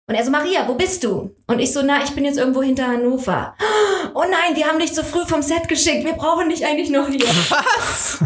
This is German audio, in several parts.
Und er so, Maria, wo bist du? Und ich so, na, ich bin jetzt irgendwo hinter Hannover. Oh nein, wir haben dich so früh vom Set geschickt. Wir brauchen dich eigentlich noch hier. Was?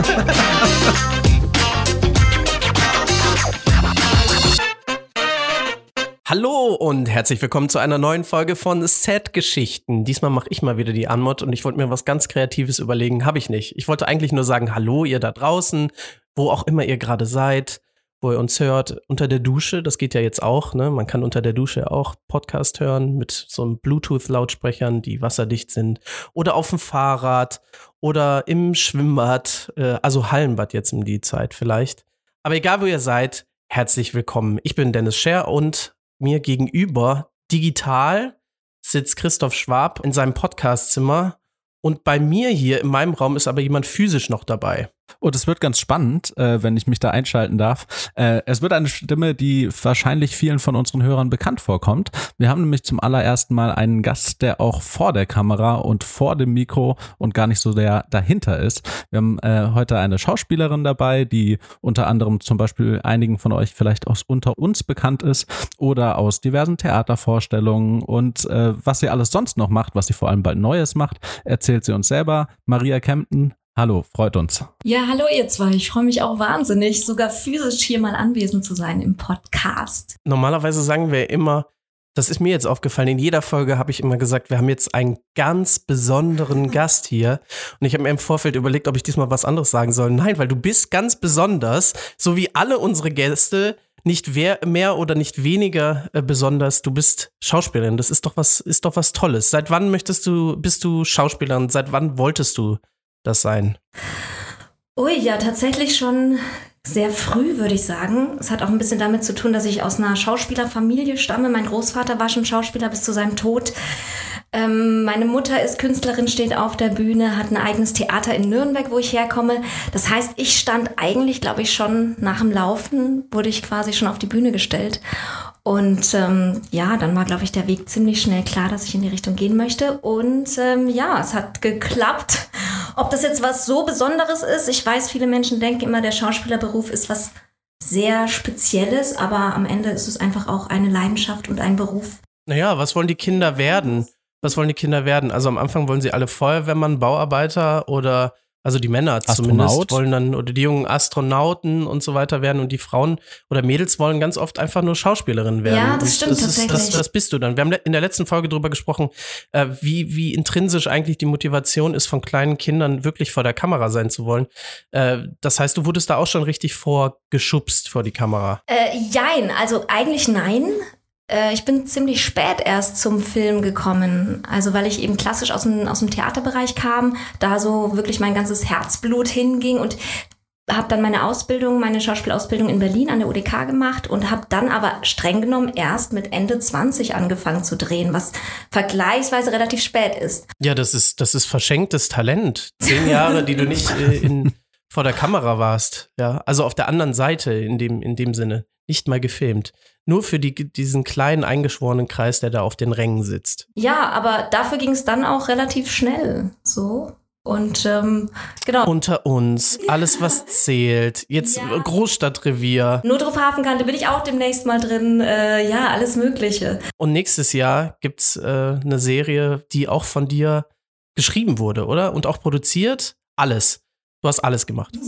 Hallo und herzlich willkommen zu einer neuen Folge von Set-Geschichten. Diesmal mache ich mal wieder die Anmod und ich wollte mir was ganz Kreatives überlegen. Habe ich nicht. Ich wollte eigentlich nur sagen, hallo ihr da draußen, wo auch immer ihr gerade seid, wo ihr uns hört, unter der Dusche. Das geht ja jetzt auch, ne? Man kann unter der Dusche auch Podcast hören mit so einem Bluetooth-Lautsprechern, die wasserdicht sind. Oder auf dem Fahrrad oder im Schwimmbad, also Hallenbad jetzt um die Zeit vielleicht. Aber egal, wo ihr seid, herzlich willkommen. Ich bin Dennis Scher und mir gegenüber, digital, sitzt Christoph Schwab in seinem Podcastzimmer. Und bei mir hier in meinem Raum ist aber jemand physisch noch dabei. Und es wird ganz spannend, wenn ich mich da einschalten darf. Es wird eine Stimme, die wahrscheinlich vielen von unseren Hörern bekannt vorkommt. Wir haben nämlich zum allerersten Mal einen Gast, der auch vor der Kamera und vor dem Mikro und gar nicht so der dahinter ist. Wir haben heute eine Schauspielerin dabei, die unter anderem zum Beispiel einigen von euch vielleicht aus Unter uns bekannt ist oder aus diversen Theatervorstellungen. Und was sie alles sonst noch macht, was sie vor allem bald Neues macht, erzählt sie uns selber. Maria Kempten. Hallo, freut uns. Ja, hallo ihr zwei. Ich freue mich auch wahnsinnig, sogar physisch hier mal anwesend zu sein im Podcast. Normalerweise sagen wir immer, das ist mir jetzt aufgefallen, in jeder Folge habe ich immer gesagt, wir haben jetzt einen ganz besonderen Gast hier. Und ich habe mir im Vorfeld überlegt, ob ich diesmal was anderes sagen soll. Nein, weil du bist ganz besonders, so wie alle unsere Gäste, nicht mehr oder nicht weniger besonders. Du bist Schauspielerin. Das ist doch was Tolles. Seit wann bist du Schauspielerin? Seit wann wolltest du das sein? Ui, ja, tatsächlich schon sehr früh, würde ich sagen. Es hat auch ein bisschen damit zu tun, dass ich aus einer Schauspielerfamilie stamme. Mein Großvater war schon Schauspieler bis zu seinem Tod. Meine Mutter ist Künstlerin, steht auf der Bühne, hat ein eigenes Theater in Nürnberg, wo ich herkomme. Das heißt, ich stand eigentlich, glaube ich, schon nach dem Laufen, wurde ich quasi schon auf die Bühne gestellt. Und ja, dann war, glaube ich, der Weg ziemlich schnell klar, dass ich in die Richtung gehen möchte. Und ja, es hat geklappt. Ob das jetzt was so Besonderes ist, ich weiß, viele Menschen denken immer, der Schauspielerberuf ist was sehr Spezielles, aber am Ende ist es einfach auch eine Leidenschaft und ein Beruf. Naja, was wollen die Kinder werden? Also am Anfang wollen sie alle Feuerwehrmann, Bauarbeiter oder, also die Männer zumindest, wollen dann, oder die jungen Astronauten und so weiter werden und die Frauen oder Mädels wollen ganz oft einfach nur Schauspielerinnen werden. Ja, das stimmt tatsächlich. Das bist du dann. Wir haben in der letzten Folge drüber gesprochen, wie intrinsisch eigentlich die Motivation ist, von kleinen Kindern wirklich vor der Kamera sein zu wollen. Das heißt, du wurdest da auch schon richtig vorgeschubst vor die Kamera. Jein, also eigentlich nein. Ich bin ziemlich spät erst zum Film gekommen, also weil ich eben klassisch aus dem Theaterbereich kam, da so wirklich mein ganzes Herzblut hinging und habe dann meine Schauspielausbildung in Berlin an der UDK gemacht und habe dann aber streng genommen erst mit Ende 20 angefangen zu drehen, was vergleichsweise relativ spät ist. Ja, das ist verschenktes Talent. 10 Jahre, die du nicht vor der Kamera warst, ja, also auf der anderen Seite in dem Sinne, nicht mal gefilmt. Nur für diesen kleinen eingeschworenen Kreis, der da auf den Rängen sitzt. Ja, aber dafür ging es dann auch relativ schnell, so. Und genau. Unter uns, alles was zählt, jetzt ja. Großstadtrevier. Notruf Hafenkante bin ich auch demnächst mal drin, ja, alles Mögliche. Und nächstes Jahr gibt's eine Serie, die auch von dir geschrieben wurde, oder? Und auch produziert? Alles. Du hast alles gemacht.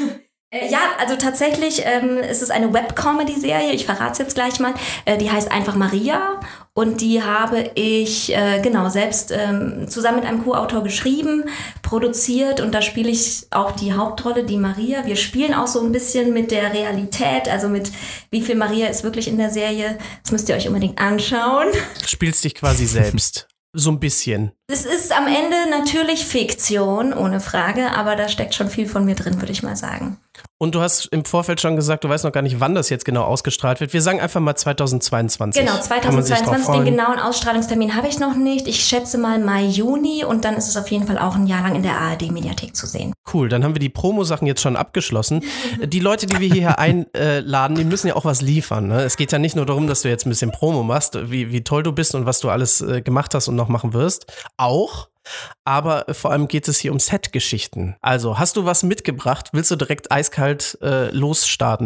Ja, also tatsächlich ist es eine Web-Comedy-Serie, ich verrate es jetzt gleich mal, die heißt einfach Maria und die habe ich selbst zusammen mit einem Co-Autor geschrieben, produziert und da spiele ich auch die Hauptrolle, die Maria. Wir spielen auch so ein bisschen mit der Realität, also mit wie viel Maria ist wirklich in der Serie, das müsst ihr euch unbedingt anschauen. Du spielst dich quasi selbst. So ein bisschen. Es ist am Ende natürlich Fiktion, ohne Frage, aber da steckt schon viel von mir drin, würde ich mal sagen. Und du hast im Vorfeld schon gesagt, du weißt noch gar nicht, wann das jetzt genau ausgestrahlt wird. Wir sagen einfach mal 2022. Genau, 2022, den genauen Ausstrahlungstermin habe ich noch nicht. Ich schätze mal Mai, Juni und dann ist es auf jeden Fall auch ein Jahr lang in der ARD-Mediathek zu sehen. Cool, dann haben wir die Promo-Sachen jetzt schon abgeschlossen. Die Leute, die wir hierher einladen, die müssen ja auch was liefern. Ne? Es geht ja nicht nur darum, dass du jetzt ein bisschen Promo machst, wie toll du bist und was du alles gemacht hast und noch machen wirst. Auch. Aber vor allem geht es hier um Set-Geschichten. Also, hast du was mitgebracht? Willst du direkt eiskalt losstarten?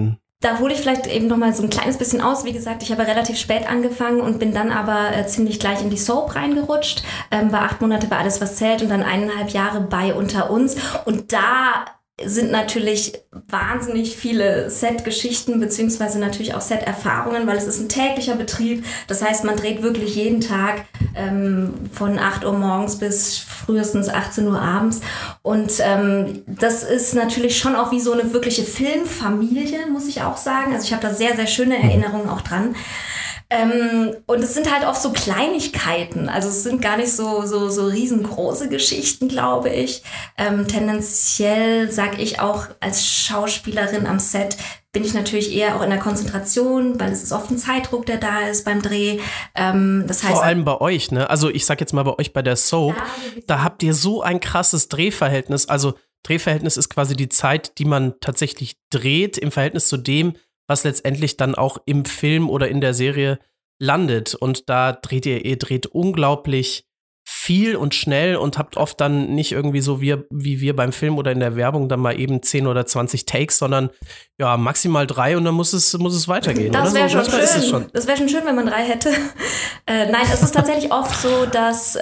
da hole ich vielleicht eben noch mal so ein kleines bisschen aus. Wie gesagt, ich habe relativ spät angefangen und bin dann aber ziemlich gleich in die Soap reingerutscht. War 8 Monate bei Alles, was zählt und dann 1,5 Jahre bei Unter uns. Und da sind natürlich wahnsinnig viele Set-Geschichten beziehungsweise natürlich auch Set-Erfahrungen, weil es ist ein täglicher Betrieb. Das heißt, man dreht wirklich jeden Tag von 8 Uhr morgens bis frühestens 18 Uhr abends. Und das ist natürlich schon auch wie so eine wirkliche Filmfamilie, muss ich auch sagen. Also ich habe da sehr, sehr schöne Erinnerungen auch dran. Und es sind halt oft so Kleinigkeiten, also es sind gar nicht so riesengroße Geschichten, glaube ich. Tendenziell sage ich auch als Schauspielerin am Set bin ich natürlich eher auch in der Konzentration, weil es ist oft ein Zeitdruck, der da ist beim Dreh. Das heißt, vor allem bei euch, ne? Also ich sag jetzt mal bei euch bei der Soap, da habt ihr so ein krasses Drehverhältnis. Also Drehverhältnis ist quasi die Zeit, die man tatsächlich dreht im Verhältnis zu dem, was letztendlich dann auch im Film oder in der Serie landet. Und da dreht ihr dreht unglaublich viel und schnell und habt oft dann nicht irgendwie so wie wir beim Film oder in der Werbung dann mal eben 10 oder 20 Takes, sondern ja, maximal 3 und dann muss es weitergehen. Das wäre schon schön. Das wäre schon schön, wenn man 3 hätte. Nein, es ist tatsächlich oft so, dass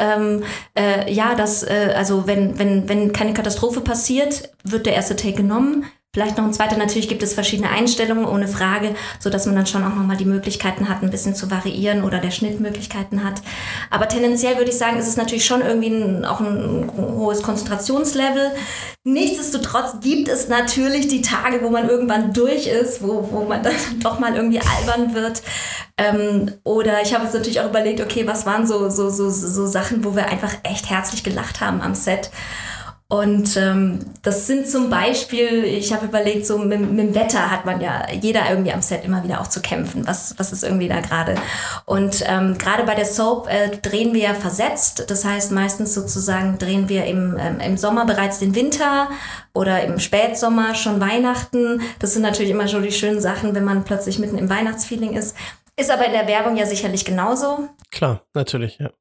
also wenn keine Katastrophe passiert, wird der erste Take genommen. Vielleicht noch ein zweiter, natürlich gibt es verschiedene Einstellungen, ohne Frage, sodass man dann schon auch nochmal die Möglichkeiten hat, ein bisschen zu variieren oder der Schnitt Möglichkeiten hat. Aber tendenziell würde ich sagen, ist es natürlich schon irgendwie auch ein hohes Konzentrationslevel. Nichtsdestotrotz gibt es natürlich die Tage, wo man irgendwann durch ist, wo man dann doch mal irgendwie albern wird. Oder ich habe jetzt natürlich auch überlegt, okay, was waren so Sachen, wo wir einfach echt herzlich gelacht haben am Set. Und das sind zum Beispiel, ich habe überlegt, so mit dem Wetter hat man ja jeder irgendwie am Set immer wieder auch zu kämpfen. Was ist irgendwie da gerade? Und gerade bei der Soap drehen wir ja versetzt. Das heißt, meistens sozusagen drehen wir im Sommer bereits den Winter oder im Spätsommer schon Weihnachten. Das sind natürlich immer schon die schönen Sachen, wenn man plötzlich mitten im Weihnachtsfeeling ist. Ist aber in der Werbung ja sicherlich genauso. Klar, natürlich, ja.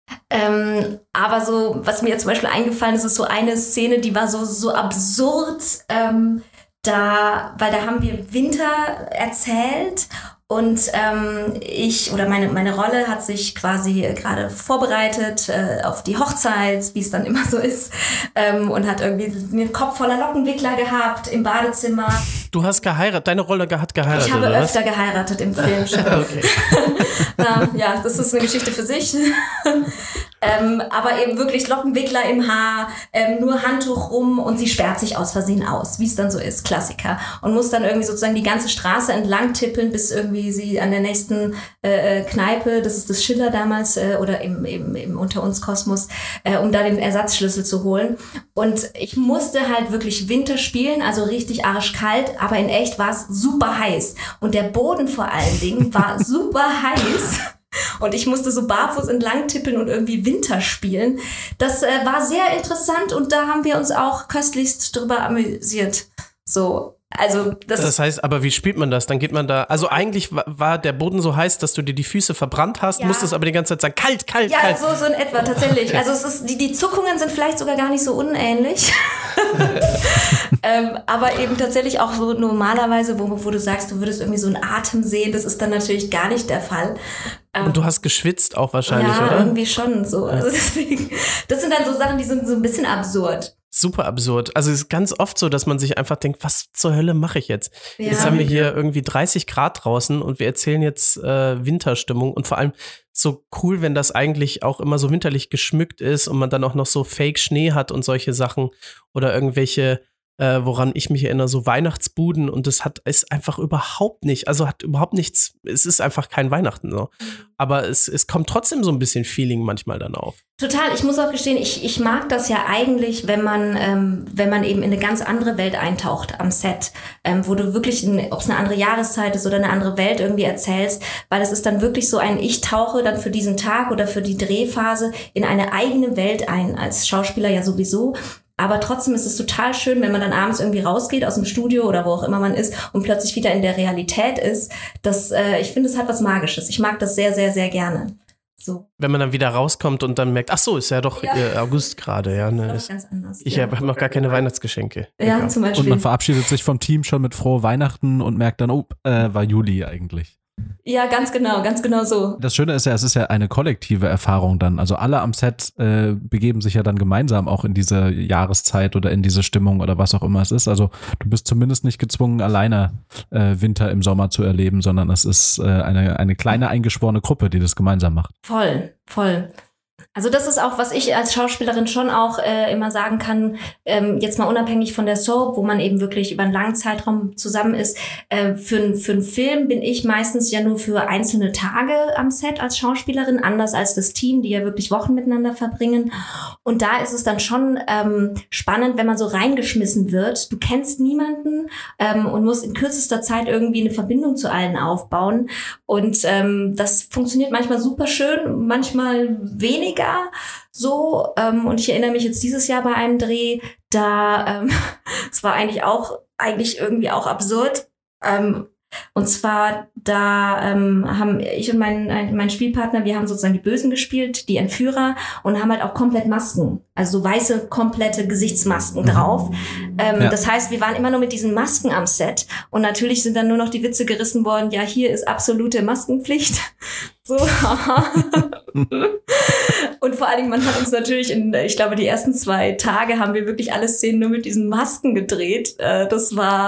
Aber so, was mir zum Beispiel eingefallen ist, ist so eine Szene, die war so absurd, weil da haben wir Winter erzählt und meine Rolle hat sich quasi gerade vorbereitet auf die Hochzeit, wie es dann immer so ist, und hat irgendwie den Kopf voller Lockenwickler gehabt im Badezimmer. Du hast geheiratet, deine Rolle hat geheiratet, ich habe oder öfter geheiratet im Film schon. Okay. Ja, das ist eine Geschichte für sich. Aber eben wirklich Lockenwickler im Haar, nur Handtuch rum und sie sperrt sich aus Versehen aus, wie es dann so ist, Klassiker. Und muss dann irgendwie sozusagen die ganze Straße entlang tippeln, bis irgendwie sie an der nächsten Kneipe, das ist das Schiller damals, oder im Unter uns Kosmos, um da den Ersatzschlüssel zu holen. Und ich musste halt wirklich Winter spielen, also richtig arschkalt, aber in echt war es super heiß. Und der Boden vor allen Dingen war super heiß. Und ich musste so barfuß entlang tippeln und irgendwie Winter spielen. Das war sehr interessant und da haben wir uns auch köstlichst drüber amüsiert. So, also das heißt, aber wie spielt man das? Dann geht man da, also eigentlich war der Boden so heiß, dass du dir die Füße verbrannt hast, ja. Musstest aber die ganze Zeit sagen, kalt, kalt, ja, kalt. Ja, so in etwa, tatsächlich. Also es ist, die Zuckungen sind vielleicht sogar gar nicht so unähnlich. Aber eben tatsächlich auch so normalerweise, wo du sagst, du würdest irgendwie so einen Atem sehen, das ist dann natürlich gar nicht der Fall. Und du hast geschwitzt auch wahrscheinlich, ja, oder? Ja, irgendwie schon so. Also deswegen, das sind dann so Sachen, die sind so ein bisschen absurd. Super absurd. Also es ist ganz oft so, dass man sich einfach denkt, was zur Hölle mache ich jetzt? Ja. Jetzt haben wir hier irgendwie 30 Grad draußen und wir erzählen jetzt Winterstimmung und vor allem so cool, wenn das eigentlich auch immer so winterlich geschmückt ist und man dann auch noch so Fake-Schnee hat und solche Sachen oder irgendwelche, woran ich mich erinnere, so Weihnachtsbuden und das ist einfach überhaupt nicht, also hat überhaupt nichts, es ist einfach kein Weihnachten so. Aber es kommt trotzdem so ein bisschen Feeling manchmal dann auf. Total, ich muss auch gestehen, ich mag das ja eigentlich, wenn man eben in eine ganz andere Welt eintaucht am Set, wo du wirklich, ob es eine andere Jahreszeit ist oder eine andere Welt irgendwie erzählst, weil es ist dann wirklich so ich tauche dann für diesen Tag oder für die Drehphase in eine eigene Welt ein, als Schauspieler ja sowieso. Aber trotzdem ist es total schön, wenn man dann abends irgendwie rausgeht aus dem Studio oder wo auch immer man ist und plötzlich wieder in der Realität ist. Ich finde, es hat was Magisches. Ich mag das sehr, sehr, sehr gerne. So. Wenn man dann wieder rauskommt und dann merkt, ach so, ist ja doch August gerade. Ja, ne? Das ist ganz anders. Ich habe noch gar keine Weihnachtsgeschenke. Ja, zum Beispiel. Und man verabschiedet sich vom Team schon mit frohe Weihnachten und merkt dann, war Juli eigentlich. Ja, ganz genau so. Das Schöne ist ja, es ist ja eine kollektive Erfahrung dann. Also alle am Set begeben sich ja dann gemeinsam auch in diese Jahreszeit oder in diese Stimmung oder was auch immer es ist. Also du bist zumindest nicht gezwungen, alleine Winter im Sommer zu erleben, sondern es ist eine kleine eingeschworene Gruppe, die das gemeinsam macht. Voll. Also das ist auch, was ich als Schauspielerin schon auch immer sagen kann, jetzt mal unabhängig von der Soap, wo man eben wirklich über einen langen Zeitraum zusammen ist. Für einen Film bin ich meistens ja nur für einzelne Tage am Set als Schauspielerin, anders als das Team, die ja wirklich Wochen miteinander verbringen. Und da ist es dann schon spannend, wenn man so reingeschmissen wird. Du kennst niemanden und musst in kürzester Zeit irgendwie eine Verbindung zu allen aufbauen. Und das funktioniert manchmal super schön, manchmal weniger so. Und ich erinnere mich jetzt dieses Jahr bei einem Dreh, da es war eigentlich irgendwie auch absurd. Und zwar, da haben ich und mein Spielpartner, wir haben sozusagen die Bösen gespielt, die Entführer, und haben halt auch komplett Masken, also so weiße, komplette Gesichtsmasken drauf. Das heißt, wir waren immer nur mit diesen Masken am Set, und natürlich sind dann nur noch die Witze gerissen worden, ja, hier ist absolute Maskenpflicht. So. Und vor allen Dingen, man hat uns natürlich ich glaube, die ersten 2 Tage haben wir wirklich alle Szenen nur mit diesen Masken gedreht. Das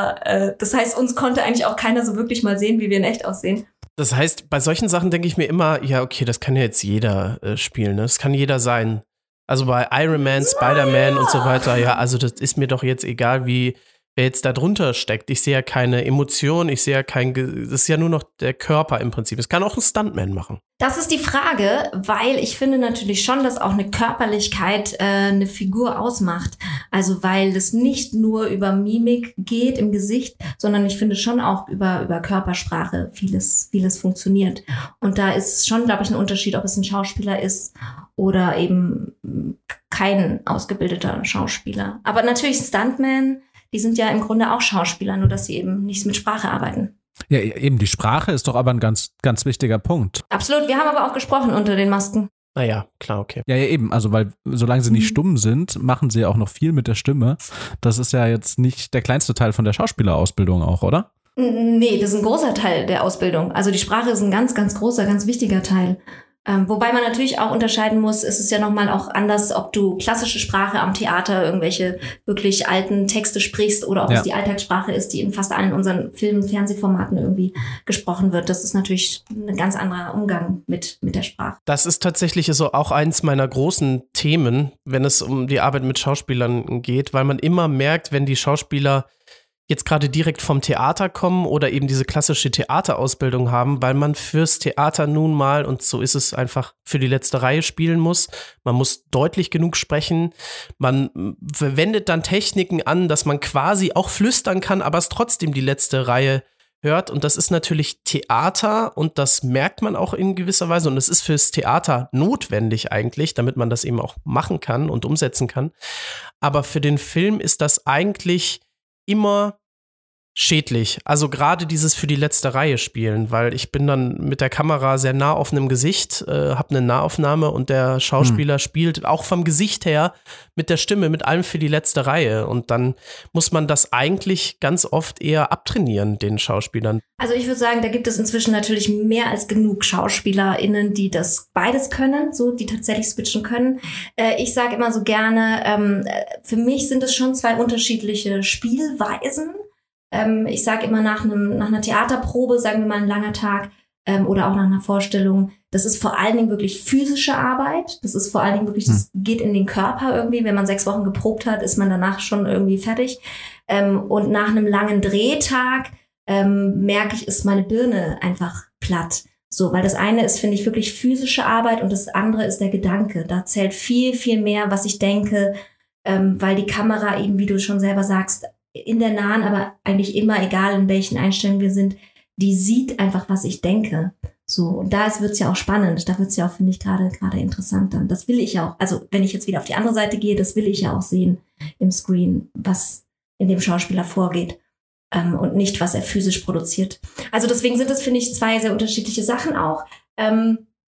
heißt, uns konnte eigentlich auch keiner so wirklich mal sehen, wie wir in echt aussehen. Das heißt, bei solchen Sachen denke ich mir immer, ja, okay, das kann ja jetzt jeder spielen, ne? Das kann jeder sein. Also bei Iron Man, Spider-Man und so weiter, ja, also das ist mir doch jetzt egal, wer jetzt da drunter steckt. Ich sehe ja keine Emotion, das ist ja nur noch der Körper im Prinzip. Das kann auch ein Stuntman machen. Das ist die Frage, weil ich finde natürlich schon, dass auch eine Körperlichkeit eine Figur ausmacht. Also weil es nicht nur über Mimik geht im Gesicht, sondern ich finde schon auch über Körpersprache vieles funktioniert. Und da ist schon, glaube ich, ein Unterschied, ob es ein Schauspieler ist oder eben kein ausgebildeter Schauspieler. Aber natürlich Stuntman, die sind ja im Grunde auch Schauspieler, nur dass sie eben nicht mit Sprache arbeiten. Ja, eben, die Sprache ist doch aber ein ganz, ganz wichtiger Punkt. Absolut, wir haben aber auch gesprochen unter den Masken. Naja, klar, okay. Ja, eben, also weil solange sie nicht stumm sind, machen sie ja auch noch viel mit der Stimme. Das ist ja jetzt nicht der kleinste Teil von der Schauspielerausbildung auch, oder? Nee, das ist ein großer Teil der Ausbildung. Also die Sprache ist ein ganz, ganz großer, ganz wichtiger Teil. Wobei man natürlich auch unterscheiden muss, ist es ja nochmal auch anders, ob du klassische Sprache am Theater, irgendwelche wirklich alten Texte sprichst, oder ob es die Alltagssprache ist, die in fast allen unseren Film- und Fernsehformaten irgendwie gesprochen wird. Das ist natürlich ein ganz anderer Umgang mit der Sprache. Das ist tatsächlich so auch eins meiner großen Themen, wenn es um die Arbeit mit Schauspielern geht, weil man immer merkt, wenn die Schauspieler jetzt gerade direkt vom Theater kommen oder eben diese klassische Theaterausbildung haben, weil man fürs Theater nun mal, und so ist es einfach, für die letzte Reihe spielen muss. Man muss deutlich genug sprechen. Man verwendet dann Techniken an, dass man quasi auch flüstern kann, aber es trotzdem die letzte Reihe hört. Und das ist natürlich Theater, und das merkt man auch in gewisser Weise. Und es ist fürs Theater notwendig eigentlich, damit man das eben auch machen kann und umsetzen kann. Aber für den Film ist das eigentlich immer schädlich. Also gerade dieses für die letzte Reihe spielen, weil ich bin dann mit der Kamera sehr nah auf einem Gesicht, habe eine Nahaufnahme, und der Schauspieler spielt auch vom Gesicht her mit der Stimme, mit allem für die letzte Reihe. Und dann muss man das eigentlich ganz oft eher abtrainieren, den Schauspielern. Also ich würde sagen, da gibt es inzwischen natürlich mehr als genug SchauspielerInnen, die das beides können, so, die tatsächlich switchen können. Ich sage immer so gerne, für mich sind es schon 2 unterschiedliche Spielweisen. Ich sage immer nach einer Theaterprobe, sagen wir mal ein langer Tag, oder auch nach einer Vorstellung, das ist vor allen Dingen wirklich physische Arbeit. Das ist vor allen Dingen wirklich, das geht in den Körper irgendwie. Wenn man 6 Wochen geprobt hat, ist man danach schon irgendwie fertig. Und nach einem langen Drehtag merke ich, ist meine Birne einfach platt. So, weil das eine ist, finde ich, wirklich physische Arbeit, und das andere ist der Gedanke. Da zählt viel, viel mehr, was ich denke, weil die Kamera eben, wie du schon selber sagst, in der nahen, aber eigentlich immer, egal in welchen Einstellungen wir sind, die sieht einfach, was ich denke. So, und da wird's ja auch spannend. Da wird's ja auch, finde ich, gerade interessant dann. Das will ich ja auch, also wenn ich jetzt wieder auf die andere Seite gehe, das will ich ja auch sehen im Screen, was in dem Schauspieler vorgeht, und nicht, was er physisch produziert. Also deswegen sind das, finde ich, 2 sehr unterschiedliche Sachen auch.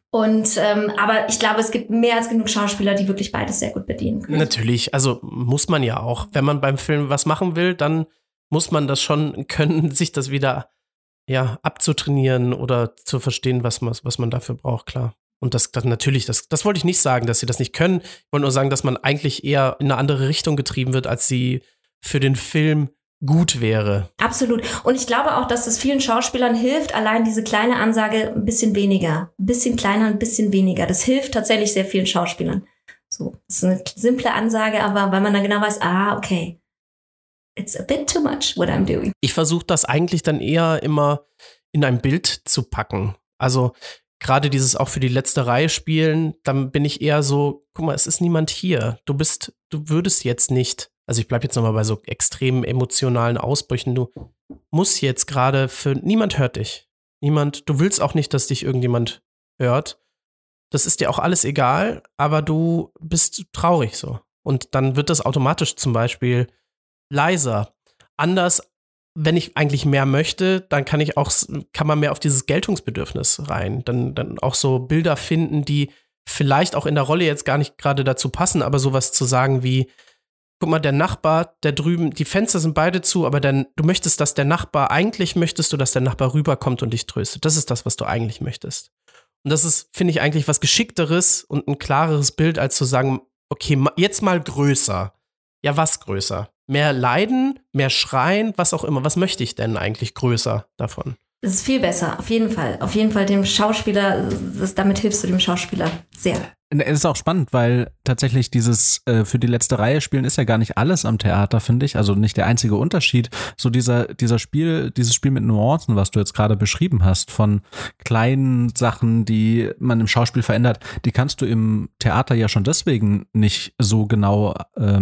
Und aber ich glaube, es gibt mehr als genug Schauspieler, die wirklich beides sehr gut bedienen können. Natürlich, also muss man ja auch. Wenn man beim Film was machen will, dann muss man das schon können, sich das wieder abzutrainieren oder zu verstehen, was man dafür braucht, klar. Und das natürlich, das wollte ich nicht sagen, dass sie das nicht können. Ich wollte nur sagen, dass man eigentlich eher in eine andere Richtung getrieben wird, als sie für den Film gut wäre. Absolut. Und ich glaube auch, dass es vielen Schauspielern hilft, allein diese kleine Ansage ein bisschen weniger, ein bisschen kleiner, ein bisschen weniger. Das hilft tatsächlich sehr vielen Schauspielern. So, das ist eine simple Ansage, aber weil man dann genau weiß, okay, it's a bit too much what I'm doing. Ich versuche das eigentlich dann eher immer in ein Bild zu packen. Also gerade dieses auch für die letzte Reihe spielen, dann bin ich eher so, guck mal, es ist niemand hier. Du würdest jetzt nicht, also ich bleibe jetzt nochmal bei so extremen emotionalen Ausbrüchen, du musst jetzt gerade niemand hört dich. Du willst auch nicht, dass dich irgendjemand hört. Das ist dir auch alles egal, aber du bist traurig so. Und dann wird das automatisch zum Beispiel leiser. Anders, wenn ich eigentlich mehr möchte, dann kann man mehr auf dieses Geltungsbedürfnis rein. Dann auch so Bilder finden, die vielleicht auch in der Rolle jetzt gar nicht gerade dazu passen, aber sowas zu sagen wie, guck mal, der Nachbar, der drüben, die Fenster sind beide zu, aber du möchtest, dass der Nachbar, eigentlich möchtest du, dass der Nachbar rüberkommt und dich tröstet. Das ist das, was du eigentlich möchtest. Und das ist, finde ich, eigentlich was Geschickteres und ein klareres Bild, als zu sagen, okay, jetzt mal größer. Ja, was größer? Mehr Leiden, mehr Schreien, was auch immer. Was möchte ich denn eigentlich größer davon? Das ist viel besser, auf jeden Fall. Auf jeden Fall dem Schauspieler, damit hilfst du dem Schauspieler sehr. Es ist auch spannend, weil tatsächlich dieses für die letzte Reihe spielen ist ja gar nicht alles am Theater, finde ich. Also nicht der einzige Unterschied. So dieses Spiel mit Nuancen, was du jetzt gerade beschrieben hast, von kleinen Sachen, die man im Schauspiel verändert, die kannst du im Theater ja schon deswegen nicht so genau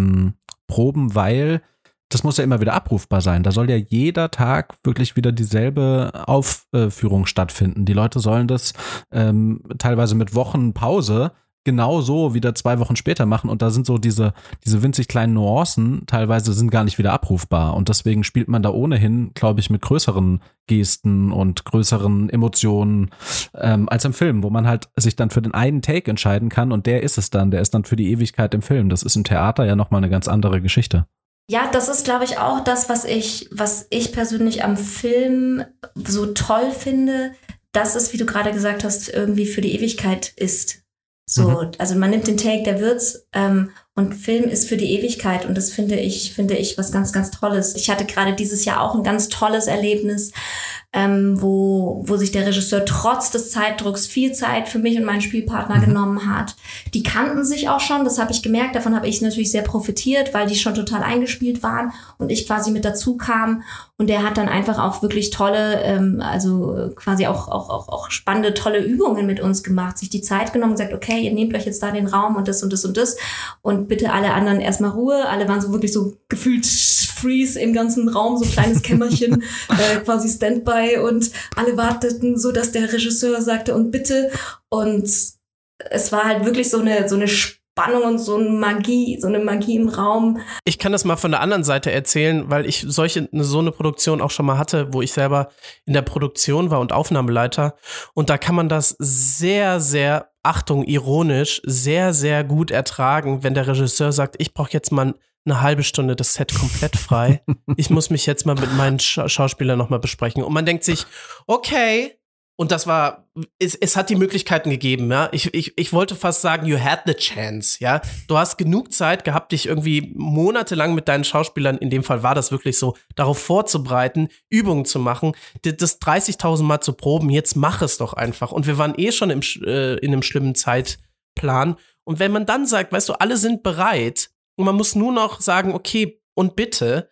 proben, weil das muss ja immer wieder abrufbar sein. Da soll ja jeder Tag wirklich wieder dieselbe Aufführung stattfinden. Die Leute sollen das teilweise mit Wochen Pause genauso wieder 2 Wochen später machen. Und da sind so diese winzig kleinen Nuancen teilweise sind gar nicht wieder abrufbar. Und deswegen spielt man da ohnehin, glaube ich, mit größeren Gesten und größeren Emotionen als im Film, wo man halt sich dann für den einen Take entscheiden kann. Und der ist es dann. Der ist dann für die Ewigkeit im Film. Das ist im Theater ja nochmal eine ganz andere Geschichte. Ja, das ist, glaube ich, auch das, was ich persönlich am Film so toll finde, dass es, wie du gerade gesagt hast, irgendwie für die Ewigkeit ist. So, also man nimmt den Take, der wird's, und Film ist für die Ewigkeit, und das finde ich was ganz, ganz Tolles. Ich hatte gerade dieses Jahr auch ein ganz tolles Erlebnis, wo sich der Regisseur trotz des Zeitdrucks viel Zeit für mich und meinen Spielpartner genommen hat. Die kannten sich auch schon, das habe ich gemerkt, davon habe ich natürlich sehr profitiert, weil die schon total eingespielt waren und ich quasi mit dazu kam, und der hat dann einfach auch wirklich tolle, also quasi auch spannende, tolle Übungen mit uns gemacht, sich die Zeit genommen und gesagt, okay, ihr nehmt euch jetzt da den Raum und das und das und das und bitte alle anderen erstmal Ruhe. Alle waren so wirklich so gefühlt Freeze im ganzen Raum, so ein kleines Kämmerchen, quasi Standby, und alle warteten so, dass der Regisseur sagte und bitte, und es war halt wirklich so eine Spannung und so eine Magie im Raum. Ich kann das mal von der anderen Seite erzählen, weil ich so eine Produktion auch schon mal hatte, wo ich selber in der Produktion war und Aufnahmeleiter, und da kann man das sehr, sehr, Achtung, ironisch, sehr, sehr gut ertragen, wenn der Regisseur sagt, ich brauche jetzt mal eine halbe Stunde das Set komplett frei. Ich muss mich jetzt mal mit meinen Schauspielern nochmal besprechen. Und man denkt sich, okay, und das war, es hat die Möglichkeiten gegeben, ja. Ich wollte fast sagen, you had the chance, ja. Du hast genug Zeit gehabt, dich irgendwie monatelang mit deinen Schauspielern, in dem Fall war das wirklich so, darauf vorzubereiten, Übungen zu machen, das 30.000 Mal zu proben, jetzt mach es doch einfach. Und wir waren schon in einem schlimmen Zeitplan. Und wenn man dann sagt, weißt du, alle sind bereit und man muss nur noch sagen, okay, und bitte.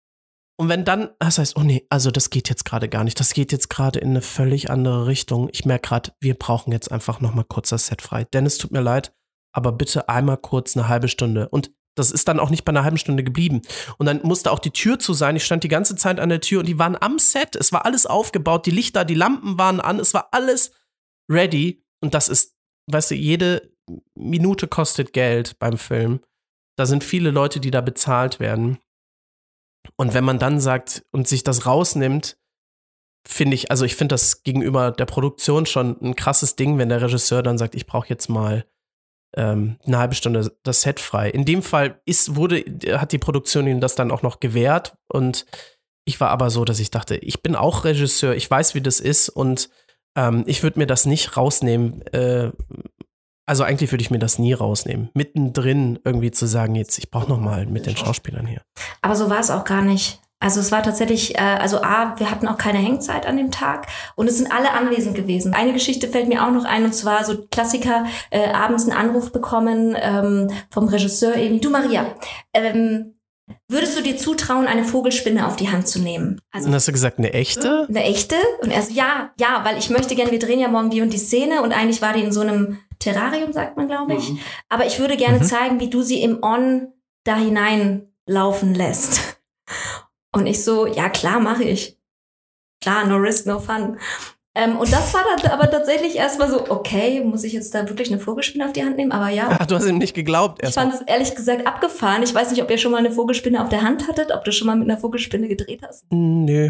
Und wenn dann, das heißt, oh nee, also das geht jetzt gerade gar nicht. Das geht jetzt gerade in eine völlig andere Richtung. Ich merke gerade, wir brauchen jetzt einfach noch mal kurz das Set frei. Dennis, tut mir leid, aber bitte einmal kurz eine halbe Stunde. Und das ist dann auch nicht bei einer halben Stunde geblieben. Und dann musste auch die Tür zu sein. Ich stand die ganze Zeit an der Tür und die waren am Set. Es war alles aufgebaut, die Lichter, die Lampen waren an. Es war alles ready. Und das ist, weißt du, jede Minute kostet Geld beim Film. Da sind viele Leute, die da bezahlt werden. Und wenn man dann sagt und sich das rausnimmt, finde ich, also ich finde das gegenüber der Produktion schon ein krasses Ding, wenn der Regisseur dann sagt, ich brauche jetzt mal eine halbe Stunde das Set frei. In dem Fall hat die Produktion ihm das dann auch noch gewährt und ich war aber so, dass ich dachte, ich bin auch Regisseur, ich weiß, wie das ist und ich würde mir das nicht rausnehmen. Also eigentlich würde ich mir das nie rausnehmen. Mittendrin irgendwie zu sagen, jetzt, ich brauche noch mal mit den Schauspielern hier. Aber so war es auch gar nicht. Also es war tatsächlich, wir hatten auch keine Hängzeit an dem Tag und es sind alle anwesend gewesen. Eine Geschichte fällt mir auch noch ein, und zwar so Klassiker, abends einen Anruf bekommen vom Regisseur eben, du Maria, würdest du dir zutrauen, eine Vogelspinne auf die Hand zu nehmen? Also, und hast du gesagt, eine echte? Eine echte? Und er so, ja, weil ich möchte gerne, wir drehen ja morgen die und die Szene und eigentlich war die in so einem Terrarium, sagt man, glaube ich. Aber ich würde gerne zeigen, wie du sie im On da hineinlaufen lässt. Und ich so, ja klar, mache ich. Klar, no risk, no fun. Und das war dann aber tatsächlich erstmal so, okay, muss ich jetzt da wirklich eine Vogelspinne auf die Hand nehmen? Aber ja. Ach, du hast ihm nicht geglaubt. Ich fand es ehrlich gesagt abgefahren. Ich weiß nicht, ob ihr schon mal eine Vogelspinne auf der Hand hattet, ob du schon mal mit einer Vogelspinne gedreht hast. Nee.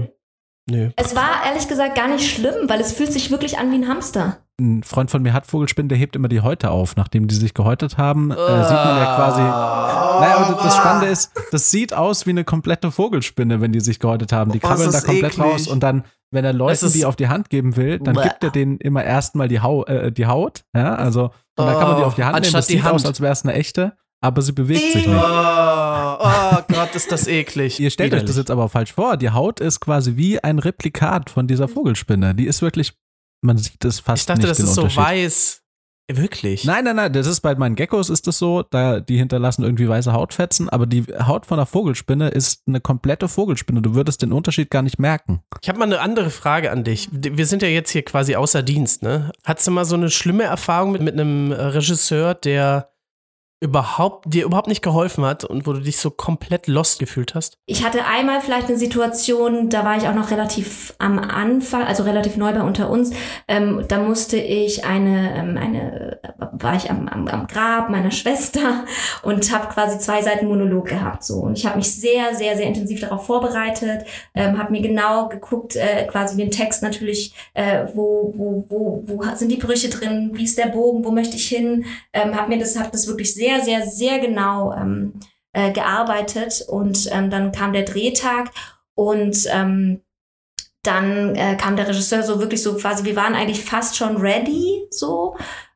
Es war ehrlich gesagt gar nicht schlimm, weil es fühlt sich wirklich an wie ein Hamster. Ein Freund von mir hat Vogelspinnen, der hebt immer die Häute auf. Nachdem die sich gehäutet haben, sieht man ja quasi. Naja, aber das Spannende ist, das sieht aus wie eine komplette Vogelspinne, wenn die sich gehäutet haben. Die krabbeln da komplett eklig raus und dann, wenn er Leuten die auf die Hand geben will, dann gibt er denen immer erstmal die Haut. Ja, also, und dann kann man die auf die Hand nehmen. Das sieht aus, als wäre es eine echte, aber sie bewegt sich nicht. Oh Gott, ist das eklig. Ihr stellt euch das jetzt aber falsch vor. Die Haut ist quasi wie ein Replikat von dieser Vogelspinne. Die ist wirklich, man sieht es fast nicht. Ich dachte, das ist so weiß. Wirklich? Nein, das ist bei meinen Geckos ist das so, die hinterlassen irgendwie weiße Hautfetzen, aber die Haut von einer Vogelspinne ist eine komplette Vogelspinne. Du würdest den Unterschied gar nicht merken. Ich habe mal eine andere Frage an dich. Wir sind ja jetzt hier quasi außer Dienst, ne? Hattest du mal so eine schlimme Erfahrung mit einem Regisseur, der dir überhaupt nicht geholfen hat und wo du dich so komplett lost gefühlt hast? Ich hatte einmal vielleicht eine Situation, da war ich auch noch relativ am Anfang, also relativ neu bei Unter uns. Da musste ich war ich am Grab meiner Schwester und habe quasi 2 Seiten Monolog gehabt. So. Und ich habe mich sehr, sehr, sehr intensiv darauf vorbereitet, habe mir genau geguckt, quasi den Text natürlich, wo sind die Brüche drin, wie ist der Bogen, wo möchte ich hin, habe das wirklich sehr, sehr, sehr genau gearbeitet und dann kam der Drehtag und dann kam der Regisseur so wirklich so quasi, wir waren eigentlich fast schon ready so.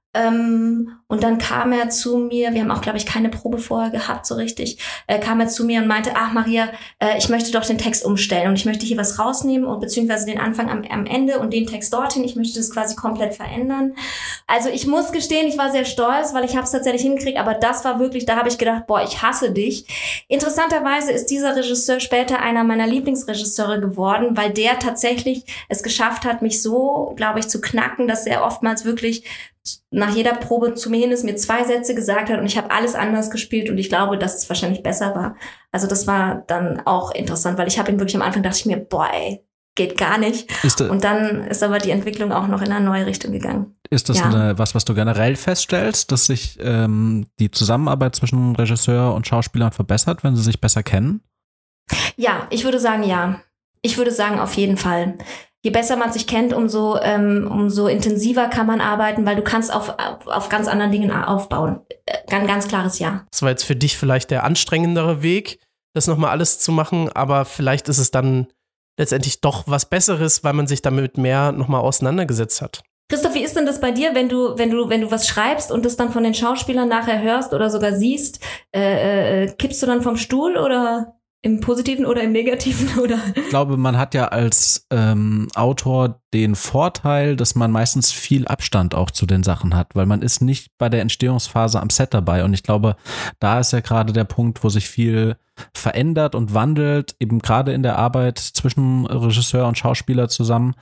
Und dann kam er zu mir, wir haben auch, glaube ich, keine Probe vorher gehabt, so richtig, kam er zu mir und meinte, ach Maria, ich möchte doch den Text umstellen und ich möchte hier was rausnehmen und beziehungsweise den Anfang am Ende und den Text dorthin, ich möchte das quasi komplett verändern. Also ich muss gestehen, ich war sehr stolz, weil ich habe es tatsächlich hingekriegt, aber das war wirklich, da habe ich gedacht, boah, ich hasse dich. Interessanterweise ist dieser Regisseur später einer meiner Lieblingsregisseure geworden, weil der tatsächlich es geschafft hat, mich so, glaube ich, zu knacken, dass er oftmals wirklich nach jeder Probe zumindest mir 2 Sätze gesagt hat und ich habe alles anders gespielt und ich glaube, dass es wahrscheinlich besser war. Also das war dann auch interessant, weil ich habe ihn wirklich am Anfang dachte ich mir, boah, ey, geht gar nicht. Und dann ist aber die Entwicklung auch noch in eine neue Richtung gegangen. Ist das was du generell feststellst, dass sich die Zusammenarbeit zwischen Regisseur und Schauspielern verbessert, wenn sie sich besser kennen? Ja, ich würde sagen, ja. Ich würde sagen, auf jeden Fall. Je besser man sich kennt, umso intensiver kann man arbeiten, weil du kannst auf ganz anderen Dingen aufbauen. Ganz klares Ja. Das war jetzt für dich vielleicht der anstrengendere Weg, das nochmal alles zu machen, aber vielleicht ist es dann letztendlich doch was Besseres, weil man sich damit mehr nochmal auseinandergesetzt hat. Christoph, wie ist denn das bei dir, wenn du was schreibst und das dann von den Schauspielern nachher hörst oder sogar siehst, kippst du dann vom Stuhl oder im Positiven oder im Negativen? Oder? Ich glaube, man hat ja als Autor den Vorteil, dass man meistens viel Abstand auch zu den Sachen hat, weil man ist nicht bei der Entstehungsphase am Set dabei. Und ich glaube, da ist ja gerade der Punkt, wo sich viel verändert und wandelt, eben gerade in der Arbeit zwischen Regisseur und Schauspieler zusammen.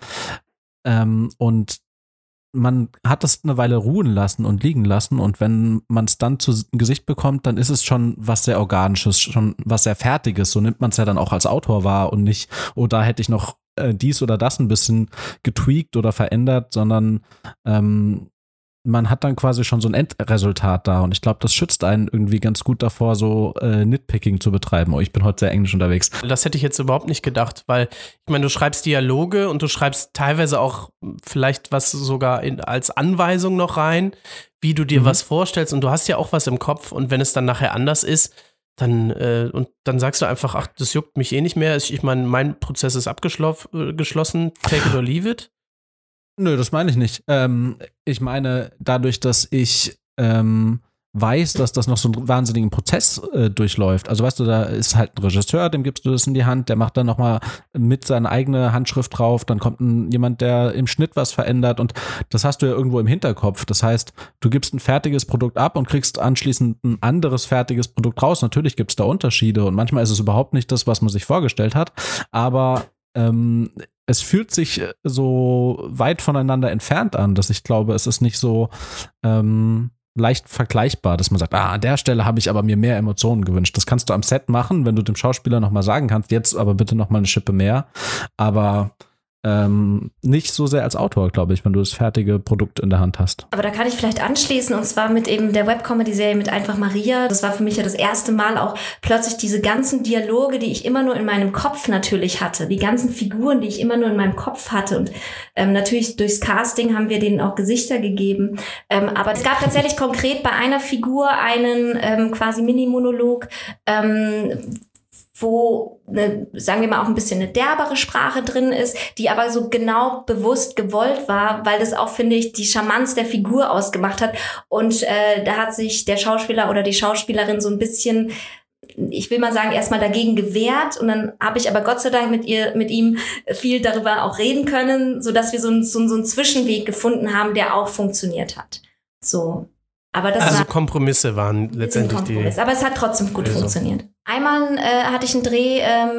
Und man hat das eine Weile ruhen lassen und liegen lassen und wenn man es dann zu Gesicht bekommt, dann ist es schon was sehr Organisches, schon was sehr Fertiges. So nimmt man es ja dann auch als Autor wahr und nicht, oh, da hätte ich noch dies oder das ein bisschen getweakt oder verändert, sondern man hat dann quasi schon so ein Endresultat da und ich glaube, das schützt einen irgendwie ganz gut davor, so Nitpicking zu betreiben. Oh, ich bin heute sehr englisch unterwegs. Das hätte ich jetzt überhaupt nicht gedacht, weil ich meine, du schreibst Dialoge und du schreibst teilweise auch vielleicht was sogar als Anweisung noch rein, wie du dir was vorstellst und du hast ja auch was im Kopf und wenn es dann nachher anders ist, dann sagst du einfach, ach, das juckt mich eh nicht mehr. Ich meine, mein Prozess ist geschlossen, take it or leave it. Nö, das meine ich nicht. Ich meine, dadurch, dass ich weiß, dass das noch so einen wahnsinnigen Prozess durchläuft. Also weißt du, da ist halt ein Regisseur, dem gibst du das in die Hand, der macht dann nochmal mit seiner eigenen Handschrift drauf, dann kommt jemand, der im Schnitt was verändert und das hast du ja irgendwo im Hinterkopf. Das heißt, du gibst ein fertiges Produkt ab und kriegst anschließend ein anderes fertiges Produkt raus. Natürlich gibt es da Unterschiede und manchmal ist es überhaupt nicht das, was man sich vorgestellt hat, aber es fühlt sich so weit voneinander entfernt an, dass ich glaube, es ist nicht so leicht vergleichbar, dass man sagt, an der Stelle habe ich aber mir mehr Emotionen gewünscht. Das kannst du am Set machen, wenn du dem Schauspieler nochmal sagen kannst, jetzt aber bitte nochmal eine Schippe mehr. Aber nicht so sehr als Autor, glaube ich, wenn du das fertige Produkt in der Hand hast. Aber da kann ich vielleicht anschließen, und zwar mit eben der Webcomedy-Serie mit Einfach Maria. Das war für mich ja das erste Mal auch plötzlich diese ganzen Dialoge, die ich immer nur in meinem Kopf natürlich hatte, die ganzen Figuren, die ich immer nur in meinem Kopf hatte. Und natürlich durchs Casting haben wir denen auch Gesichter gegeben. Aber es gab tatsächlich konkret bei einer Figur einen quasi Mini-Monolog, wo, sagen wir mal, auch ein bisschen eine derbere Sprache drin ist, die aber so genau bewusst gewollt war, weil das auch, finde ich, die Charmanz der Figur ausgemacht hat. Und da hat sich der Schauspieler oder die Schauspielerin so ein bisschen, ich will mal sagen, erstmal dagegen gewehrt. Und dann habe ich aber Gott sei Dank mit ihm viel darüber auch reden können, sodass wir so einen Zwischenweg gefunden haben, der auch funktioniert hat. So. Aber das also Kompromisse waren letztendlich Kompromiss, aber es hat trotzdem gut funktioniert. Einmal hatte ich einen Dreh,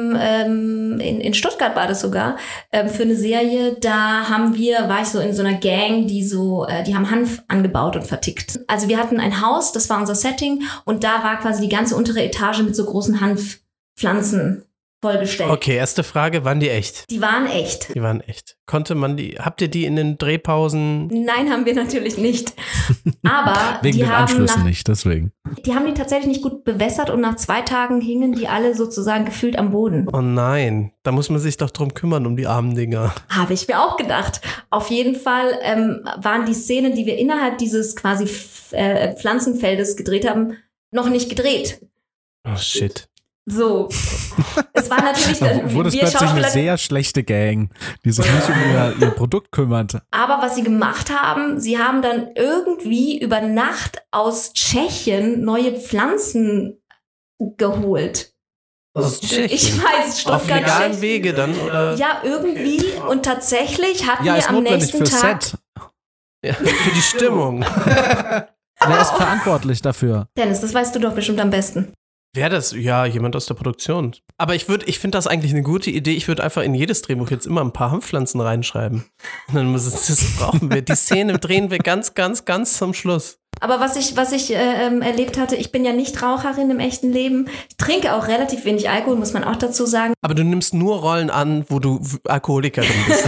in Stuttgart war das sogar, für eine Serie, da war ich so in so einer Gang, die haben Hanf angebaut und vertickt. Also wir hatten ein Haus, das war unser Setting und da war quasi die ganze untere Etage mit so großen Hanfpflanzen vollgestellt. Okay, erste Frage, waren die echt? Die waren echt. Die waren echt. Habt ihr die in den Drehpausen? Nein, haben wir natürlich nicht. Aber wegen den Anschlüssen nicht, deswegen. Die haben die tatsächlich nicht gut bewässert und nach 2 Tagen hingen die alle sozusagen gefühlt am Boden. Oh nein, da muss man sich doch drum kümmern, um die armen Dinger. Habe ich mir auch gedacht. Auf jeden Fall waren die Szenen, die wir innerhalb dieses quasi Pflanzenfeldes gedreht haben, noch nicht gedreht. Oh shit. So, es war natürlich dann, wurde es plötzlich eine sehr schlechte Gang, die sich nicht um ihr Produkt kümmert. Aber was sie gemacht haben, sie haben dann irgendwie über Nacht aus Tschechien neue Pflanzen geholt. Aus Tschechien? Ich weiß, Stuttgart, auf legalen Tschechien. Wege dann? Oder? Ja, irgendwie. Und tatsächlich hatten wir ist am nächsten fürs Tag... Set. Ja, für die Stimmung. Wer ist verantwortlich dafür? Dennis, das weißt du doch bestimmt am besten. Wäre das? Ja, jemand aus der Produktion. Aber ich finde das eigentlich eine gute Idee. Ich würde einfach in jedes Drehbuch jetzt immer ein paar Hanfpflanzen reinschreiben. Und dann das brauchen wir. Die Szene drehen wir ganz, ganz, ganz zum Schluss. Aber was ich erlebt hatte, ich bin ja nicht Raucherin im echten Leben. Ich trinke auch relativ wenig Alkohol, muss man auch dazu sagen. Aber du nimmst nur Rollen an, wo du Alkoholikerin bist.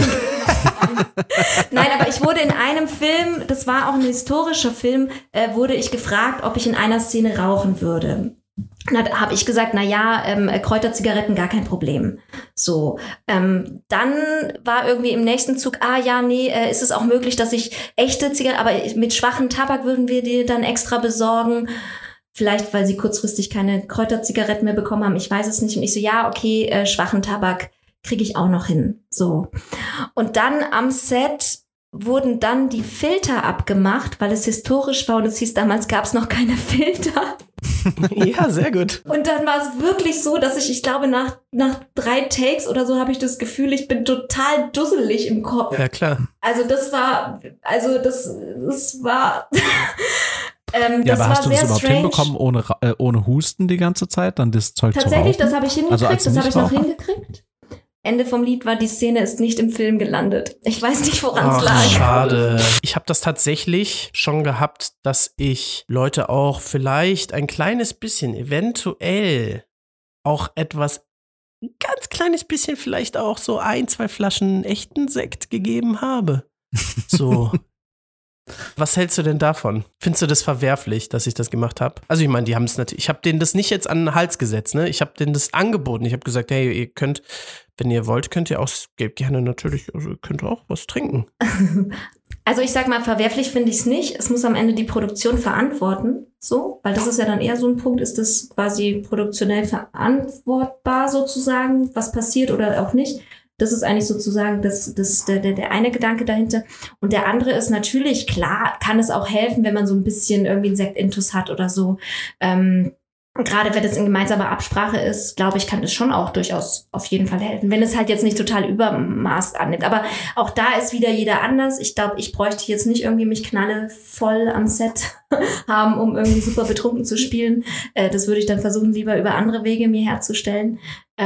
Nein, aber ich wurde in einem Film, das war auch ein historischer Film, wurde ich gefragt, ob ich in einer Szene rauchen würde. Da habe ich gesagt, Kräuterzigaretten gar kein Problem. So, dann war irgendwie im nächsten Zug, ist es auch möglich, dass ich echte Zigaretten, aber mit schwachem Tabak würden wir die dann extra besorgen. Vielleicht, weil sie kurzfristig keine Kräuterzigaretten mehr bekommen haben, ich weiß es nicht. Und ich so, schwachen Tabak kriege ich auch noch hin. So. Und dann am Set wurden dann die Filter abgemacht, weil es historisch war und es hieß, damals gab es noch keine Filter. Ja, sehr gut. Und dann war es wirklich so, dass ich glaube, nach 3 Takes oder so habe ich das Gefühl, ich bin total dusselig im Kopf. Ja, klar. Also das war das war das aber war hast du das überhaupt strange. hinbekommen, ohne Husten die ganze Zeit, dann das Zeug Tatsächlich, zu rauchen? das habe ich hingekriegt, Also das habe ich noch hingekriegt. Ende vom Lied war, die Szene ist nicht im Film gelandet. Ich weiß nicht, woran es lag. Schade. Ich habe das tatsächlich schon gehabt, dass ich Leute auch vielleicht ein kleines bisschen, eventuell auch etwas, ein ganz kleines bisschen vielleicht auch so 1, 2 Flaschen echten Sekt gegeben habe. So. Was hältst du denn davon? Findest du das verwerflich, dass ich das gemacht habe? Also ich meine, die haben es natürlich, ich habe denen das nicht jetzt an den Hals gesetzt, ne? Ich habe denen das angeboten. Ich habe gesagt, hey, ihr könnt, wenn ihr wollt, könnt ihr auch gerne natürlich, also ihr könnt auch was trinken. Also ich sag mal, verwerflich finde ich es nicht. Es muss am Ende die Produktion verantworten, so, weil das ist ja dann eher so ein Punkt, ist das quasi produktionell verantwortbar sozusagen, was passiert oder auch nicht. Das ist eigentlich sozusagen der eine Gedanke dahinter. Und der andere ist natürlich, klar, kann es auch helfen, wenn man so ein bisschen irgendwie einen Sektintus hat oder so. Gerade wenn es in gemeinsamer Absprache ist, glaube ich, kann es schon auch durchaus auf jeden Fall helfen. Wenn es halt jetzt nicht total Übermaß annimmt. Aber auch da ist wieder jeder anders. Ich glaube, ich bräuchte jetzt nicht irgendwie mich knallevoll am Set haben, um irgendwie super betrunken zu spielen. Das würde ich dann versuchen, lieber über andere Wege mir herzustellen.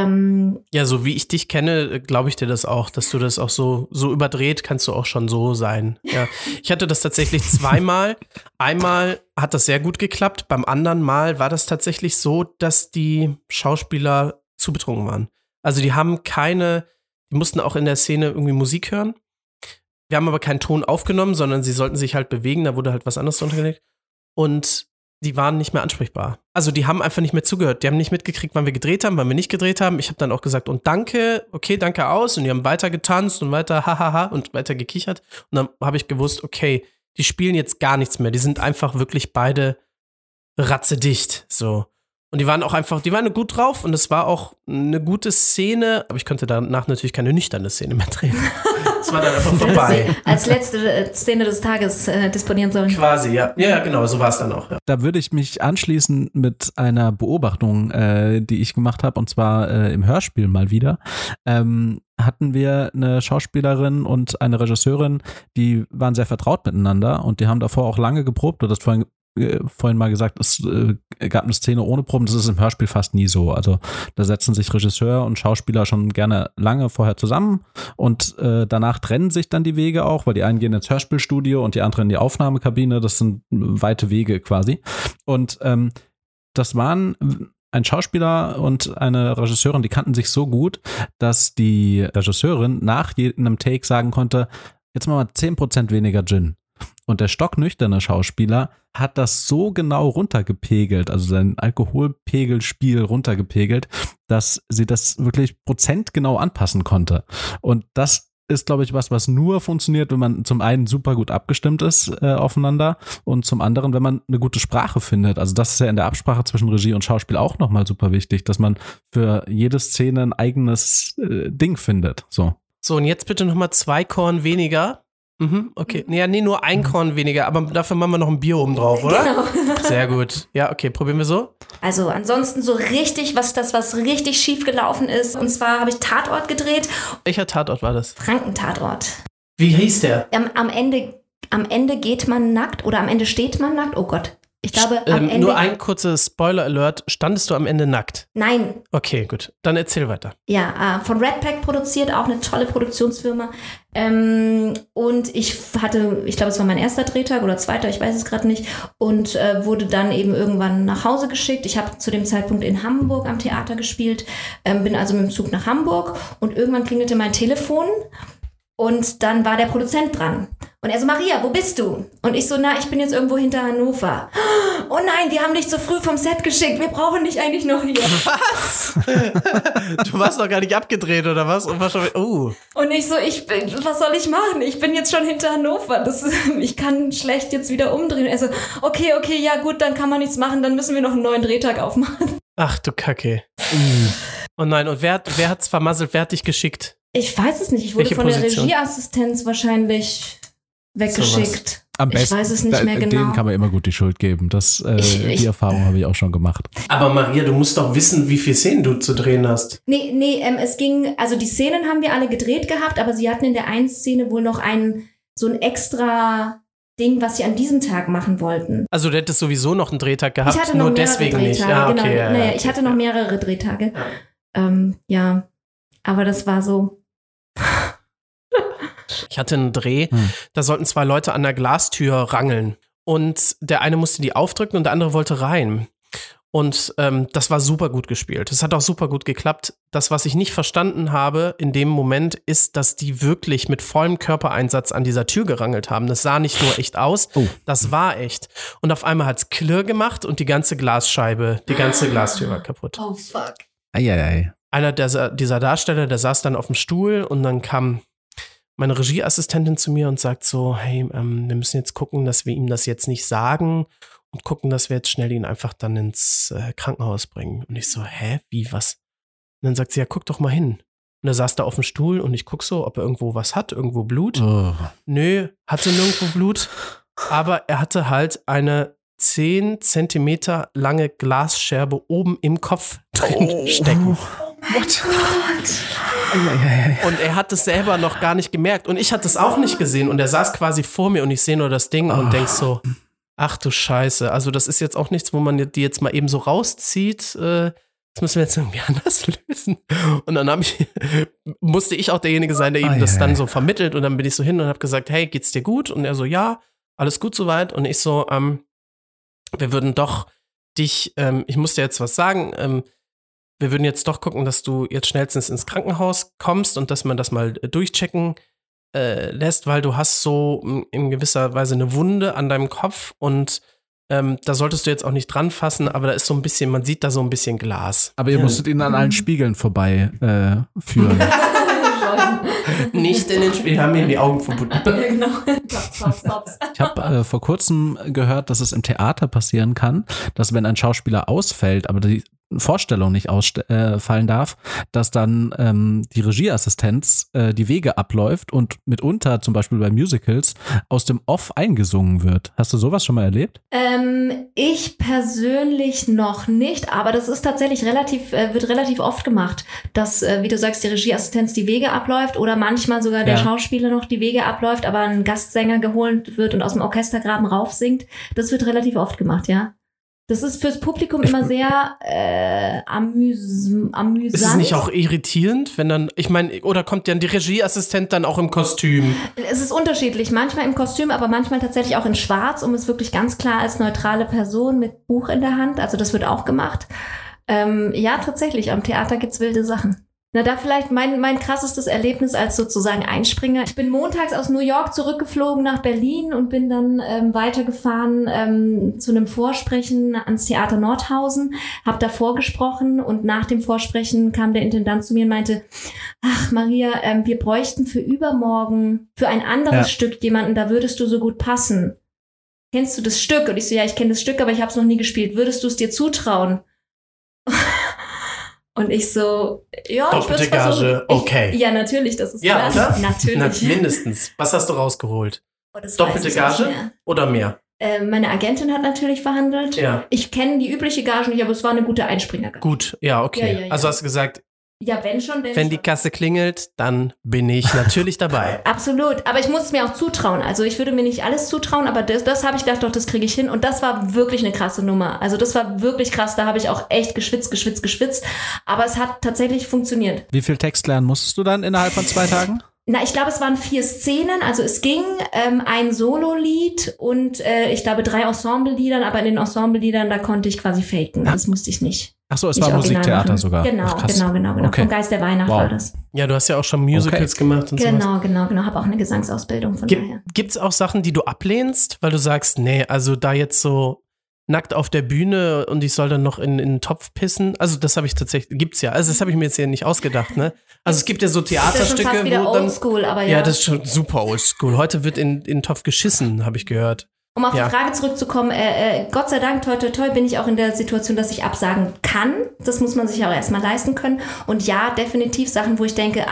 Ja, so wie ich dich kenne, glaube ich dir das auch, dass du das auch so überdreht, kannst du auch schon so sein. Ja. Ich hatte das tatsächlich zweimal. Einmal hat das sehr gut geklappt, beim anderen Mal war das tatsächlich so, dass die Schauspieler zu betrunken waren. Also die mussten auch in der Szene irgendwie Musik hören. Wir haben aber keinen Ton aufgenommen, sondern sie sollten sich halt bewegen, da wurde halt was anderes drunter gelegt. Und die waren nicht mehr ansprechbar. Also die haben einfach nicht mehr zugehört. Die haben nicht mitgekriegt, wann wir gedreht haben, wann wir nicht gedreht haben. Ich habe dann auch gesagt, und danke, okay, danke aus. Und die haben weiter getanzt und weiter hahaha und weiter gekichert. Und dann habe ich gewusst, okay, die spielen jetzt gar nichts mehr. Die sind einfach wirklich beide ratzedicht, so. Und die waren gut drauf und es war auch eine gute Szene, aber ich konnte danach natürlich keine nüchterne Szene mehr drehen. Es war dann einfach vorbei. Als letzte Szene des Tages disponieren sollen. Quasi, ja. Ja, genau, so war es dann auch. Ja. Da würde ich mich anschließen mit einer Beobachtung, die ich gemacht habe, und zwar im Hörspiel mal wieder. Hatten wir eine Schauspielerin und eine Regisseurin, die waren sehr vertraut miteinander und die haben davor auch lange geprobt. Du hast vorhin mal gesagt, es gab eine Szene ohne Proben, das ist im Hörspiel fast nie so. Also da setzen sich Regisseur und Schauspieler schon gerne lange vorher zusammen und danach trennen sich dann die Wege auch, weil die einen gehen ins Hörspielstudio und die anderen in die Aufnahmekabine. Das sind weite Wege quasi. Und das waren ein Schauspieler und eine Regisseurin, die kannten sich so gut, dass die Regisseurin nach jedem Take sagen konnte, jetzt machen wir 10% weniger Gin. Und der stocknüchterne Schauspieler hat das so genau runtergepegelt, also sein Alkoholpegelspiel runtergepegelt, dass sie das wirklich prozentgenau anpassen konnte. Und das ist, glaube ich, was nur funktioniert, wenn man zum einen super gut abgestimmt ist aufeinander und zum anderen, wenn man eine gute Sprache findet. Also das ist ja in der Absprache zwischen Regie und Schauspiel auch nochmal super wichtig, dass man für jede Szene ein eigenes Ding findet. So, und jetzt bitte nochmal 2 Korn weniger. Okay. Nee, nur 1 Korn weniger, aber dafür machen wir noch ein Bier oben drauf, oder? Genau. Sehr gut. Ja, okay, probieren wir so. Also ansonsten so richtig, was richtig schief gelaufen ist. Und zwar habe ich Tatort gedreht. Welcher Tatort war das? Frankentatort. Wie hieß der? Am Ende geht man nackt oder am Ende steht man nackt. Oh Gott. Ich glaube, am Ende... Nur ein kurzes Spoiler-Alert. Standest du am Ende nackt? Nein. Okay, gut. Dann erzähl weiter. Ja, von Red Pack produziert, auch eine tolle Produktionsfirma. Und ich glaube, es war mein erster Drehtag oder zweiter, ich weiß es gerade nicht. Und wurde dann eben irgendwann nach Hause geschickt. Ich habe zu dem Zeitpunkt in Hamburg am Theater gespielt. Bin also mit dem Zug nach Hamburg. Und irgendwann klingelte mein Telefon. Und dann war der Produzent dran. Und er so, Maria, wo bist du? Und ich so, ich bin jetzt irgendwo hinter Hannover. Oh nein, wir haben dich zu früh vom Set geschickt. Wir brauchen dich eigentlich noch hier. Was? Du warst noch gar nicht abgedreht, oder was? Und war schon, Und ich so, was soll ich machen? Ich bin jetzt schon hinter Hannover. Ich kann schlecht jetzt wieder umdrehen. Und er so, okay, ja gut, dann kann man nichts machen. Dann müssen wir noch einen neuen Drehtag aufmachen. Ach du Kacke. Oh nein, und wer hat's vermasselt? Wer hat dich geschickt? Ich weiß es nicht. Ich wurde von der Regieassistenz wahrscheinlich weggeschickt. Am besten, ich weiß es nicht mehr genau. Denen kann man immer gut die Schuld geben. Die Erfahrung habe ich auch schon gemacht. Aber Maria, du musst doch wissen, wie viele Szenen du zu drehen hast. Nee, es ging, also die Szenen haben wir alle gedreht gehabt, aber sie hatten in der einen Szene wohl noch so ein extra Ding, was sie an diesem Tag machen wollten. Also du hättest sowieso noch einen Drehtag gehabt, ich hatte nur noch deswegen Drehtage, nicht. Ja, okay, genau. Ich hatte noch mehrere Drehtage. Ja, aber das war so... Ich hatte einen Dreh, da sollten 2 Leute an der Glastür rangeln. Und der eine musste die aufdrücken und der andere wollte rein. Und das war super gut gespielt. Das hat auch super gut geklappt. Das, was ich nicht verstanden habe in dem Moment, ist, dass die wirklich mit vollem Körpereinsatz an dieser Tür gerangelt haben. Das sah nicht nur echt aus, das war echt. Und auf einmal hat's Klirr gemacht und die ganze Glastür war kaputt. Oh, fuck. Eieiei. Einer dieser Darsteller, der saß dann auf dem Stuhl und dann kam meine Regieassistentin zu mir und sagt so, hey, wir müssen jetzt gucken, dass wir ihm das jetzt nicht sagen und gucken, dass wir jetzt schnell ihn einfach dann ins Krankenhaus bringen. Und ich so, wie, was? Und dann sagt sie, ja, guck doch mal hin. Und er saß da auf dem Stuhl und ich guck so, ob er irgendwo was hat, irgendwo Blut. Oh. Nö, hatte nirgendwo Blut, aber er hatte halt eine 10 Zentimeter lange Glasscherbe oben im Kopf drin stecken. What? Und er hat es selber noch gar nicht gemerkt. Und ich hatte es auch nicht gesehen. Und er saß quasi vor mir und ich sehe nur das Ding und denk so, ach du Scheiße. Also das ist jetzt auch nichts, wo man die jetzt mal eben so rauszieht. Das müssen wir jetzt irgendwie anders lösen. Und dann musste ich auch derjenige sein, der ihm das dann so vermittelt. Und dann bin ich so hin und habe gesagt, hey, geht's dir gut? Und er so, ja, alles gut soweit. Und ich so, wir würden doch dich, ich muss dir jetzt was sagen, wir würden jetzt doch gucken, dass du jetzt schnellstens ins Krankenhaus kommst und dass man das mal durchchecken lässt, weil du hast so in gewisser Weise eine Wunde an deinem Kopf und da solltest du jetzt auch nicht dran fassen, aber da ist so ein bisschen, man sieht da so ein bisschen Glas. Aber ihr musstet ihn an allen Spiegeln vorbei führen. Nicht in den Spiegeln, wir haben ihm die Augen verbunden. Genau. Ich habe vor kurzem gehört, dass es im Theater passieren kann, dass wenn ein Schauspieler ausfällt, aber die Vorstellung nicht ausfallen darf, dass dann die Regieassistenz die Wege abläuft und mitunter, zum Beispiel bei Musicals, aus dem Off eingesungen wird. Hast du sowas schon mal erlebt? Ich persönlich noch nicht, aber das ist tatsächlich wird relativ oft gemacht, dass, wie du sagst, die Regieassistenz die Wege abläuft oder manchmal sogar der Schauspieler noch die Wege abläuft, aber ein Gastsänger geholt wird und aus dem Orchestergraben rauf singt. Das wird relativ oft gemacht, ja. Das ist fürs Publikum immer sehr amüsant. Ist es nicht auch irritierend, wenn dann, ich meine, oder kommt dann die Regieassistent dann auch im Kostüm? Es ist unterschiedlich, manchmal im Kostüm, aber manchmal tatsächlich auch in Schwarz, um es wirklich ganz klar als neutrale Person mit Buch in der Hand, also das wird auch gemacht. Ja, tatsächlich, am Theater gibt's wilde Sachen. Na, da vielleicht mein krassestes Erlebnis als sozusagen Einspringer. Ich bin montags aus New York zurückgeflogen nach Berlin und bin dann weitergefahren zu einem Vorsprechen ans Theater Nordhausen, habe da vorgesprochen und nach dem Vorsprechen kam der Intendant zu mir und meinte, ach Maria, wir bräuchten für übermorgen für ein anderes Stück jemanden, da würdest du so gut passen. Kennst du das Stück? Und ich so, ja, ich kenne das Stück, aber ich habe es noch nie gespielt. Würdest du es dir zutrauen? Und ich so, ja, doppelte ich würde es versuchen. Gage, okay. Ja, natürlich, das ist klar. Oder? Natürlich. Mindestens. Was hast du rausgeholt? Oh, Doppelte Gage oder mehr? Meine Agentin hat natürlich verhandelt. Ja. Ich kenne die übliche Gage nicht, aber es war eine gute Einspringergage. Gut, ja, okay. Ja. Also hast du gesagt, ja, wenn schon, wenn die Kasse klingelt, dann bin ich natürlich dabei. Absolut, aber ich muss es mir auch zutrauen. Also ich würde mir nicht alles zutrauen, aber das habe ich gedacht, doch, das kriege ich hin. Und das war wirklich eine krasse Nummer. Also das war wirklich krass, da habe ich auch echt geschwitzt. Aber es hat tatsächlich funktioniert. Wie viel Text lernen musstest du dann innerhalb von 2 Tagen? Na, ich glaube, es waren 4 Szenen, also es ging ein Solo-Lied und ich glaube 3 Ensemble-Liedern, aber in den Ensemble-Liedern, da konnte ich quasi faken, das musste ich nicht. Ach so, es war Musiktheater sogar. Genau. Okay. Vom Geist der Weihnacht war das. Ja, du hast ja auch schon Musicals gemacht und sowas. Genau, habe auch eine Gesangsausbildung von daher. Gibt's auch Sachen, die du ablehnst, weil du sagst, nee, also da jetzt so nackt auf der Bühne und ich soll dann noch in den Topf pissen? Also das habe ich tatsächlich, gibt's ja. Also das habe ich mir jetzt hier nicht ausgedacht, ne? Also es gibt ja so Theaterstücke, das ist schon fast wieder wo dann oldschool, aber ja. Ja, das ist schon super oldschool. Heute wird in den Topf geschissen, habe ich gehört. Um auf die Frage zurückzukommen, Gott sei Dank, toi, toi, toi, bin ich auch in der Situation, dass ich absagen kann. Das muss man sich auch erstmal leisten können. Und ja, definitiv Sachen, wo ich denke,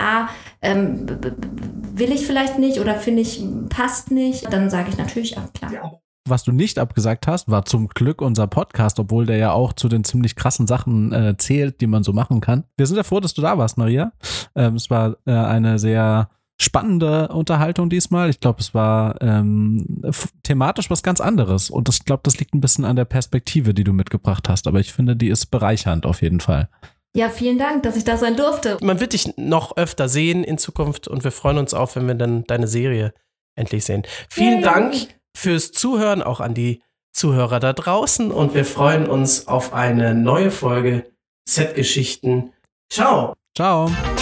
will ich vielleicht nicht oder finde ich, passt nicht. Dann sage ich natürlich ab, klar. Ja. Was du nicht abgesagt hast, war zum Glück unser Podcast, obwohl der ja auch zu den ziemlich krassen Sachen zählt, die man so machen kann. Wir sind ja froh, dass du da warst, Maria. Es war eine sehr spannende Unterhaltung diesmal. Ich glaube, es war thematisch was ganz anderes. Und ich glaube, das liegt ein bisschen an der Perspektive, die du mitgebracht hast. Aber ich finde, die ist bereichernd auf jeden Fall. Ja, vielen Dank, dass ich da sein durfte. Man wird dich noch öfter sehen in Zukunft und wir freuen uns auch, wenn wir dann deine Serie endlich sehen. Vielen Dank fürs Zuhören, auch an die Zuhörer da draußen und wir freuen uns auf eine neue Folge Set-Geschichten. Ciao! Ciao!